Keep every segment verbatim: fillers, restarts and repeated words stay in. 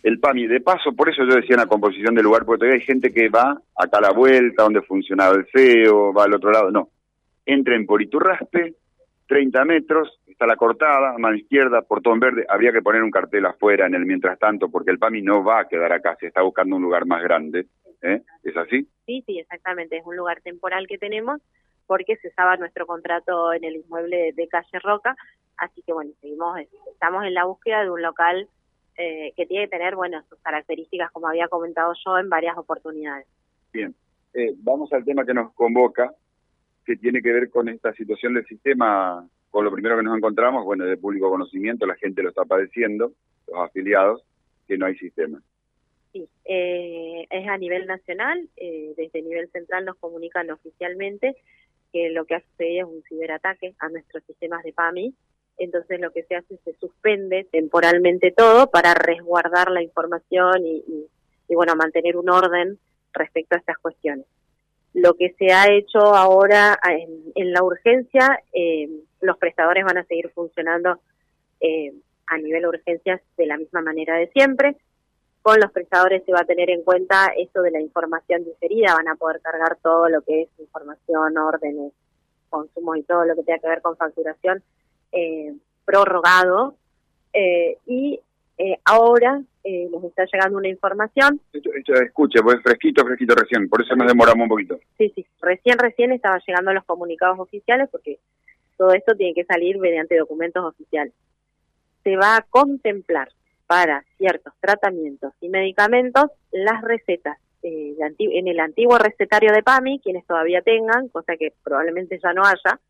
el PAMI. De paso, por eso yo decía en la composición del lugar, porque todavía hay gente que va acá a la vuelta, donde funcionaba el C E O, va al otro lado. No, entren por Iturraspe, treinta metros, está la cortada, a mano izquierda, portón verde. Habría que poner un cartel afuera en el mientras tanto, porque el PAMI no va a quedar acá, se está buscando un lugar más grande. ¿Eh? ¿Es así? Sí, sí, exactamente. Es un lugar temporal que tenemos porque cesaba nuestro contrato en el inmueble de, de Calle Roca. Así que, bueno, seguimos, estamos en la búsqueda de un local eh, que tiene que tener, bueno, sus características, como había comentado yo, en varias oportunidades. Bien. Eh, vamos al tema que nos convoca, que tiene que ver con esta situación del sistema. Con lo primero que nos encontramos, bueno, de público conocimiento, la gente lo está padeciendo, los afiliados, que no hay sistema. Sí, eh, es a nivel nacional, eh, desde nivel central nos comunican oficialmente que lo que ha sucedido es un ciberataque a nuestros sistemas de PAMI. Entonces lo que se hace es se suspende temporalmente todo para resguardar la información y, y, y bueno, mantener un orden respecto a estas cuestiones. Lo que se ha hecho ahora en, en la urgencia, eh, los prestadores van a seguir funcionando eh, a nivel de urgencias de la misma manera de siempre. Con los prestadores se va a tener en cuenta esto de la información diferida, van a poder cargar todo lo que es información, órdenes, consumos y todo lo que tenga que ver con facturación eh, prorrogado. Eh, y eh, ahora eh, nos está llegando una información. Esto, esto, escuche, pues fresquito, fresquito recién, por eso nos demoramos un poquito. Sí, sí, recién, recién estaban llegando los comunicados oficiales porque todo esto tiene que salir mediante documentos oficiales. Se va a contemplar para ciertos tratamientos y medicamentos las recetas eh, de anti- en el antiguo recetario de PAMI, quienes todavía tengan, cosa que probablemente ya no haya,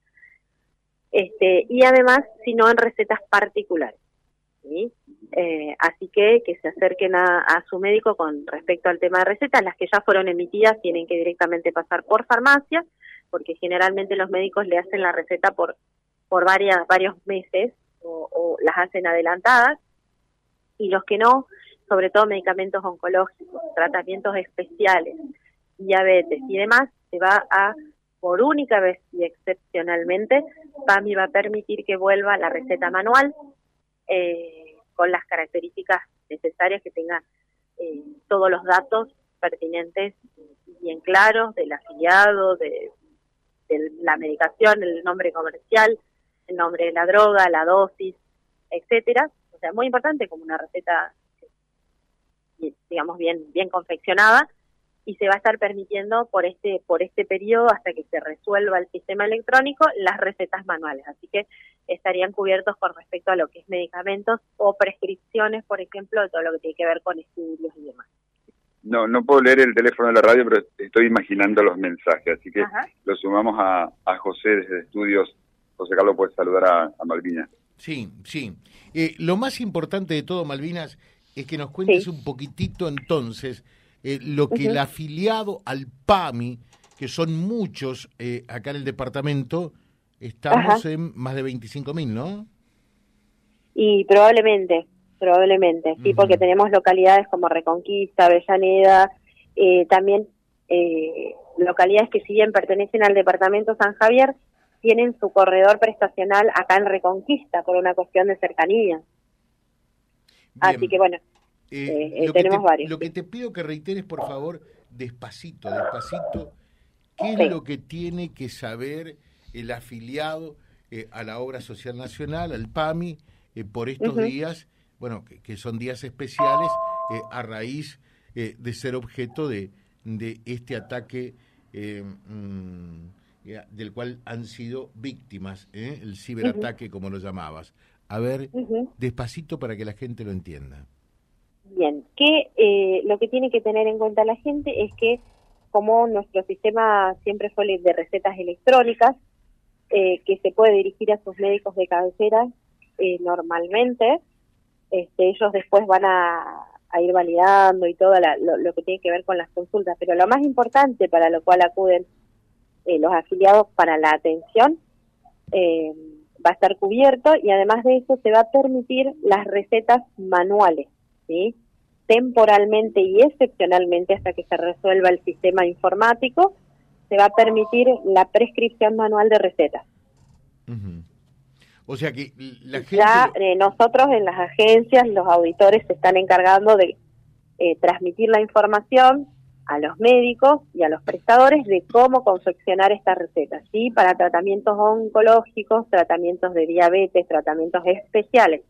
este y además, si no en recetas particulares. ¿Sí? Eh, así que que se acerquen a, a su médico con respecto al tema de recetas. Las que ya fueron emitidas tienen que directamente pasar por farmacia, porque generalmente los médicos le hacen la receta por por varias varios meses o, o las hacen adelantadas. Y los que no, sobre todo medicamentos oncológicos, tratamientos especiales, diabetes y demás, se va a, por única vez y excepcionalmente, PAMI va a permitir que vuelva la receta manual eh, con las características necesarias, que tenga eh, todos los datos pertinentes y bien claros del afiliado, de, de la medicación, el nombre comercial, el nombre de la droga, la dosis, etcétera. O sea, muy importante, como una receta, digamos, bien bien confeccionada, y se va a estar permitiendo por este por este periodo, hasta que se resuelva el sistema electrónico, las recetas manuales. Así que estarían cubiertos con respecto a lo que es medicamentos o prescripciones, por ejemplo, de todo lo que tiene que ver con estudios y demás. No, no puedo leer el teléfono de la radio, pero estoy imaginando los mensajes, así que Ajá. lo sumamos a, a José desde Estudios. José Carlos, puede saludar a, a Malvinas. Sí, sí. Eh, lo más importante de todo, Malvinas, es que nos cuentes sí. un poquitito entonces eh, lo que uh-huh. el afiliado al PAMI, que son muchos eh, acá en el departamento, estamos Ajá. en más de veinticinco mil, ¿no? Y probablemente, probablemente, sí, uh-huh. porque tenemos localidades como Reconquista, Avellaneda, eh, también eh, localidades que si bien pertenecen al departamento San Javier, tienen su corredor prestacional acá en Reconquista por una cuestión de cercanía. Bien. Así que bueno, eh, eh, tenemos te, varios. Lo que te pido que reiteres, por favor, despacito, despacito, ¿qué sí. es lo que tiene que saber el afiliado eh, a la Obra Social Nacional, al PAMI, eh, por estos uh-huh. días, bueno, que, que son días especiales, eh, a raíz eh, de ser objeto de, de este ataque eh, mmm, del cual han sido víctimas, ¿eh? el ciberataque, uh-huh. como lo llamabas? A ver, uh-huh. despacito para que la gente lo entienda. Bien, que eh, lo que tiene que tener en cuenta la gente es que, como nuestro sistema siempre fue de recetas electrónicas, eh, que se puede dirigir a sus médicos de cabecera eh, normalmente, este, ellos después van a, a ir validando y todo la, lo, lo que tiene que ver con las consultas, pero lo más importante para lo cual acuden Eh, los afiliados para la atención eh, va a estar cubierto, y además de eso se va a permitir las recetas manuales, ¿sí? Temporalmente y excepcionalmente, hasta que se resuelva el sistema informático, se va a permitir la prescripción manual de recetas. Uh-huh. O sea que la gente... Ya eh, nosotros en las agencias, los auditores se están encargando de eh, transmitir la información a los médicos y a los prestadores de cómo confeccionar estas recetas, ¿sí? Para tratamientos oncológicos, tratamientos de diabetes, tratamientos especiales.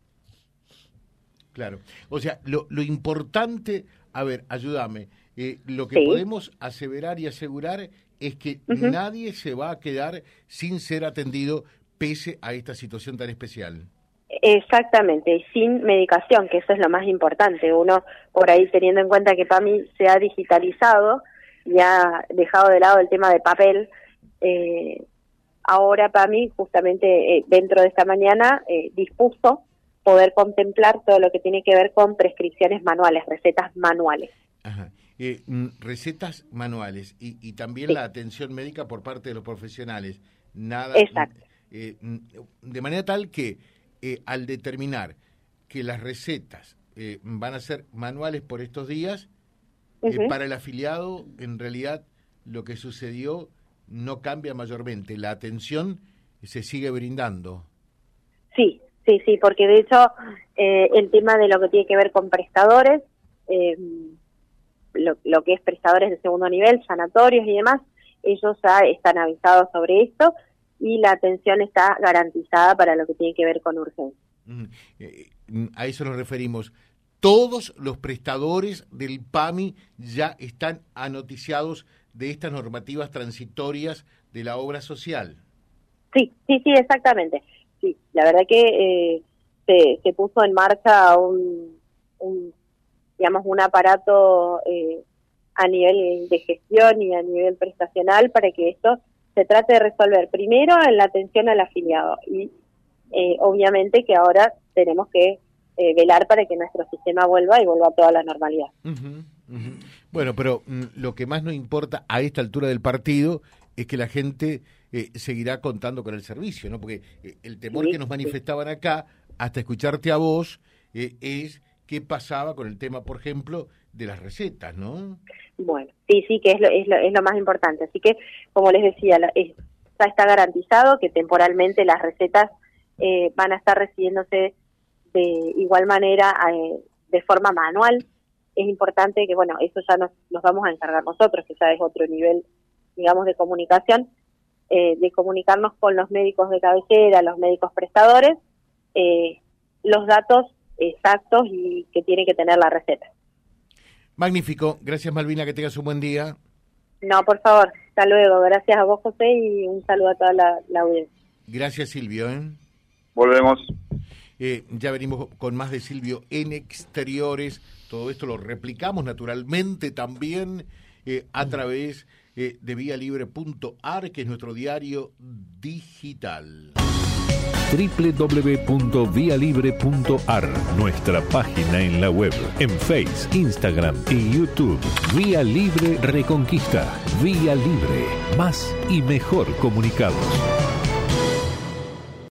Claro, o sea, lo, lo importante, a ver, ayúdame, eh, lo que sí. podemos aseverar y asegurar es que uh-huh. nadie se va a quedar sin ser atendido pese a esta situación tan especial. Exactamente, y sin medicación, que eso es lo más importante. Uno, por ahí, teniendo en cuenta que PAMI se ha digitalizado y ha dejado de lado el tema de papel, eh, ahora PAMI, justamente eh, dentro de esta mañana, eh, dispuso poder contemplar todo lo que tiene que ver con prescripciones manuales, recetas manuales. Ajá. Eh, recetas manuales y, y también sí. la atención médica por parte de los profesionales. Nada. Exacto. Eh, de manera tal que eh, al determinar que las recetas eh, van a ser manuales por estos días, uh-huh. eh, para el afiliado, en realidad, lo que sucedió no cambia mayormente. La atención se sigue brindando. Sí. Sí, sí, porque de hecho eh, el tema de lo que tiene que ver con prestadores, eh, lo, lo que es prestadores de segundo nivel, sanatorios y demás, ellos ya están avisados sobre esto y la atención está garantizada para lo que tiene que ver con urgencia. Mm, eh, a eso nos referimos. Todos los prestadores del PAMI ya están anoticiados de estas normativas transitorias de la obra social. Sí, sí, sí, exactamente. Sí, la verdad que eh, se, se puso en marcha un, un digamos, un aparato eh, a nivel de gestión y a nivel prestacional para que esto se trate de resolver primero en la atención al afiliado y eh, obviamente que ahora tenemos que eh, velar para que nuestro sistema vuelva y vuelva a toda la normalidad. Uh-huh, uh-huh. Bueno, pero mm, lo que más nos importa a esta altura del partido es que la gente eh, seguirá contando con el servicio, ¿no? Porque eh, el temor sí, que nos manifestaban sí. acá, hasta escucharte a vos, eh, es qué pasaba con el tema, por ejemplo, de las recetas, ¿no? Bueno, sí, sí, que es lo, es lo, es lo más importante. Así que, como les decía, la, es, ya está garantizado que temporalmente las recetas eh, van a estar recibiéndose de igual manera, eh, de forma manual. Es importante que, bueno, eso ya nos, nos vamos a encargar nosotros, que ya es otro nivel, digamos, de comunicación, eh, de comunicarnos con los médicos de cabecera, los médicos prestadores, eh, los datos exactos y que tiene que tener la receta. Magnífico, gracias Malvina, que tengas un buen día. No, por favor, hasta luego, gracias a vos José y un saludo a toda la, la audiencia. Gracias Silvio. ¿eh? Volvemos. Eh, ya venimos con más de Silvio en Exteriores, todo esto lo replicamos naturalmente también eh, a través eh, de vía libre punto a r, que es nuestro diario digital. doble u doble u doble u punto vía libre punto a r, nuestra página en la web, en Face, Instagram y YouTube. Vía Libre Reconquista. Vía Libre. Más y mejor comunicados.